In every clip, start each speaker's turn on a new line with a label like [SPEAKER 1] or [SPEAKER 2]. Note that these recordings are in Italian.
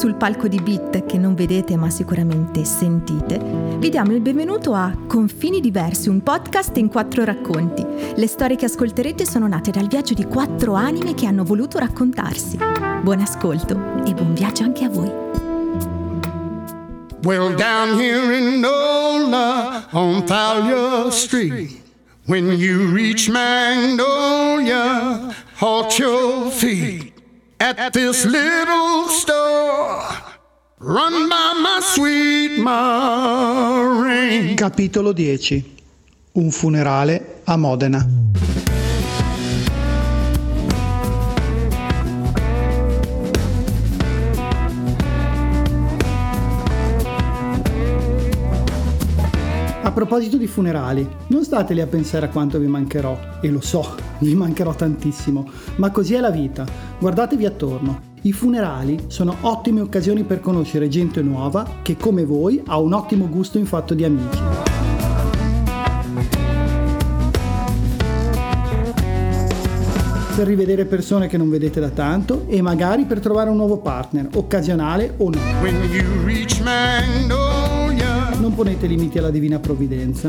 [SPEAKER 1] sul palco di Beat che non vedete ma sicuramente sentite, vi diamo il benvenuto a Confini Diversi, un podcast in 4 racconti. Le storie che ascolterete sono nate dal viaggio di 4 anime che hanno voluto raccontarsi. Buon ascolto e buon viaggio anche a voi.
[SPEAKER 2] Well, down here in NOLA on Fowler Street, when you reach Magnolia, halt your feet at this little store run by my sweet Maureen.
[SPEAKER 3] Capitolo 10. Un funerale a Modena. A proposito di funerali, non state lì a pensare a quanto vi mancherò, e lo so, vi mancherò tantissimo, ma così è la vita. Guardatevi attorno. I funerali sono ottime occasioni per conoscere gente nuova che, come voi, ha un ottimo gusto in fatto di amici. Per rivedere persone che non vedete da tanto e magari per trovare un nuovo partner, occasionale o no. Non ponete limiti alla divina provvidenza.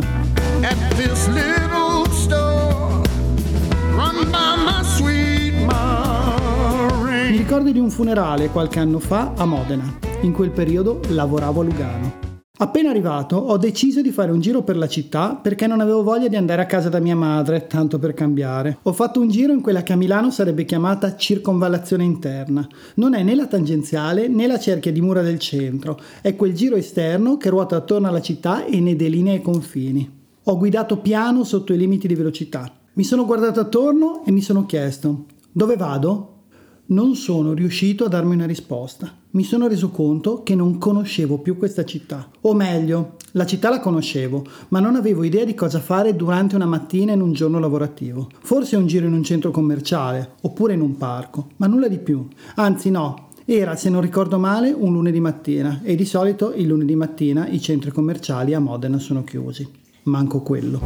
[SPEAKER 3] Mi ricordo di un funerale qualche anno fa a Modena. In quel periodo lavoravo a Lugano. Appena arrivato ho deciso di fare un giro per la città perché non avevo voglia di andare a casa da mia madre, tanto per cambiare. Ho fatto un giro in quella che a Milano sarebbe chiamata circonvallazione interna. Non è né la tangenziale né la cerchia di mura del centro, è quel giro esterno che ruota attorno alla città e ne delinea i confini. Ho guidato piano sotto i limiti di velocità. Mi sono guardato attorno e mi sono chiesto: dove vado? Non sono riuscito a darmi una risposta. Mi sono reso conto che non conoscevo più questa città. O meglio, la città la conoscevo, ma non avevo idea di cosa fare durante una mattina in un giorno lavorativo. Forse un giro in un centro commerciale, oppure in un parco, ma nulla di più. Anzi no, era, se non ricordo male, un lunedì mattina, e di solito il lunedì mattina i centri commerciali a Modena sono chiusi. Manco quello.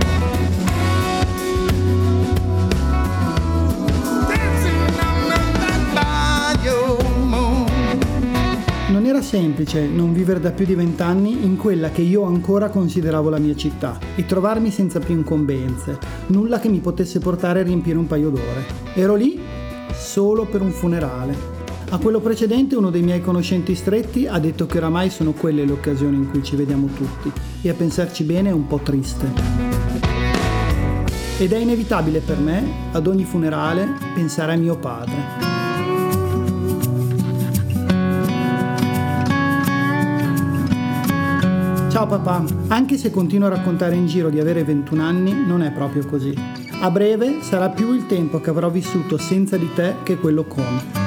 [SPEAKER 3] Non era semplice non vivere da più di 20 anni in quella che io ancora consideravo la mia città e trovarmi senza più incombenze, nulla che mi potesse portare a riempire un paio d'ore. Ero lì solo per un funerale. A quello precedente uno dei miei conoscenti stretti ha detto che oramai sono quelle le occasioni in cui ci vediamo tutti, e a pensarci bene è un po' triste. Ed è inevitabile per me, ad ogni funerale, pensare a mio padre. Ciao papà, anche se continuo a raccontare in giro di avere 21 anni, non è proprio così. A breve sarà più il tempo che avrò vissuto senza di te che quello con.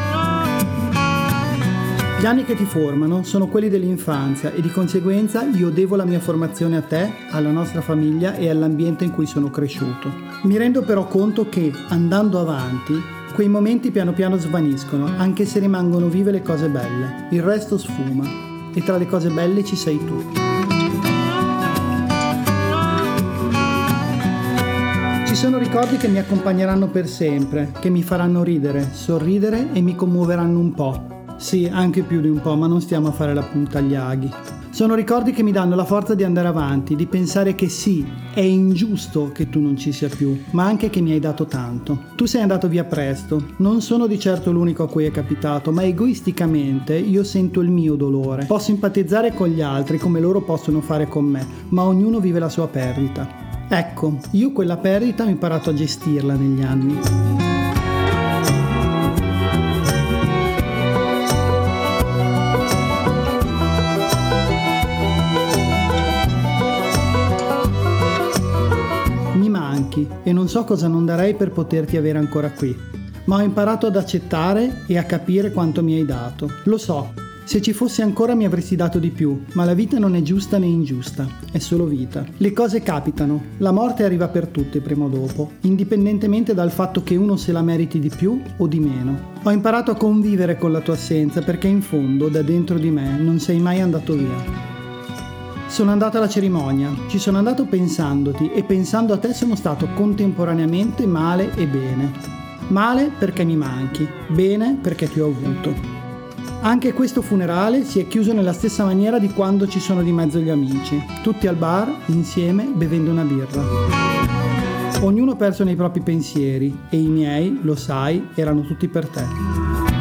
[SPEAKER 3] Gli anni che ti formano sono quelli dell'infanzia e di conseguenza io devo la mia formazione a te, alla nostra famiglia e all'ambiente in cui sono cresciuto. Mi rendo però conto che, andando avanti, quei momenti piano piano svaniscono, anche se rimangono vive le cose belle. Il resto sfuma e tra le cose belle ci sei tu. Ci sono ricordi che mi accompagneranno per sempre, che mi faranno ridere, sorridere e mi commuoveranno un po'. Sì, anche più di un po', ma non stiamo a fare la punta agli aghi. Sono ricordi che mi danno la forza di andare avanti, di pensare che sì, è ingiusto che tu non ci sia più, ma anche che mi hai dato tanto. Tu sei andato via presto, non sono di certo l'unico a cui è capitato, ma egoisticamente io sento il mio dolore. Posso empatizzare con gli altri come loro possono fare con me, ma ognuno vive la sua perdita. Ecco, io quella perdita ho imparato a gestirla negli anni. Mi manchi e non so cosa non darei per poterti avere ancora qui, ma ho imparato ad accettare e a capire quanto mi hai dato. Lo so. Se ci fosse ancora mi avresti dato di più, ma la vita non è giusta né ingiusta, è solo vita. Le cose capitano, la morte arriva per tutti prima o dopo, indipendentemente dal fatto che uno se la meriti di più o di meno. Ho imparato a convivere con la tua assenza perché in fondo, da dentro di me, non sei mai andato via. Sono andato alla cerimonia, ci sono andato pensandoti e pensando a te sono stato contemporaneamente male e bene. Male perché mi manchi, bene perché ti ho avuto. Anche questo funerale si è chiuso nella stessa maniera di quando ci sono di mezzo gli amici, tutti al bar, insieme, bevendo una birra. Ognuno perso nei propri pensieri e i miei, lo sai, erano tutti per te.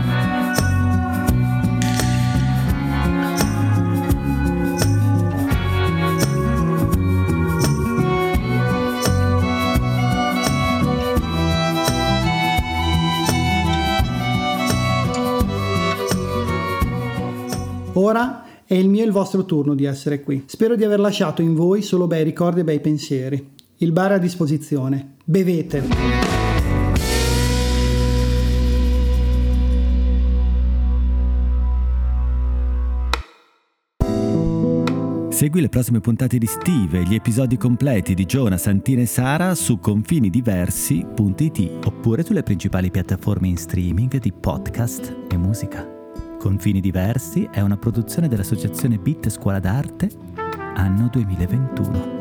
[SPEAKER 3] Ora è il mio e il vostro turno di essere qui. Spero di aver lasciato in voi solo bei ricordi e bei pensieri. Il bar è a disposizione. Bevete!
[SPEAKER 4] Segui le prossime puntate di Steve e gli episodi completi di Giona, Santina e Sara su confinidiversi.it oppure sulle principali piattaforme in streaming di podcast e musica. Confini Diversi è una produzione dell'associazione Beat Scuola d'Arte, anno 2021.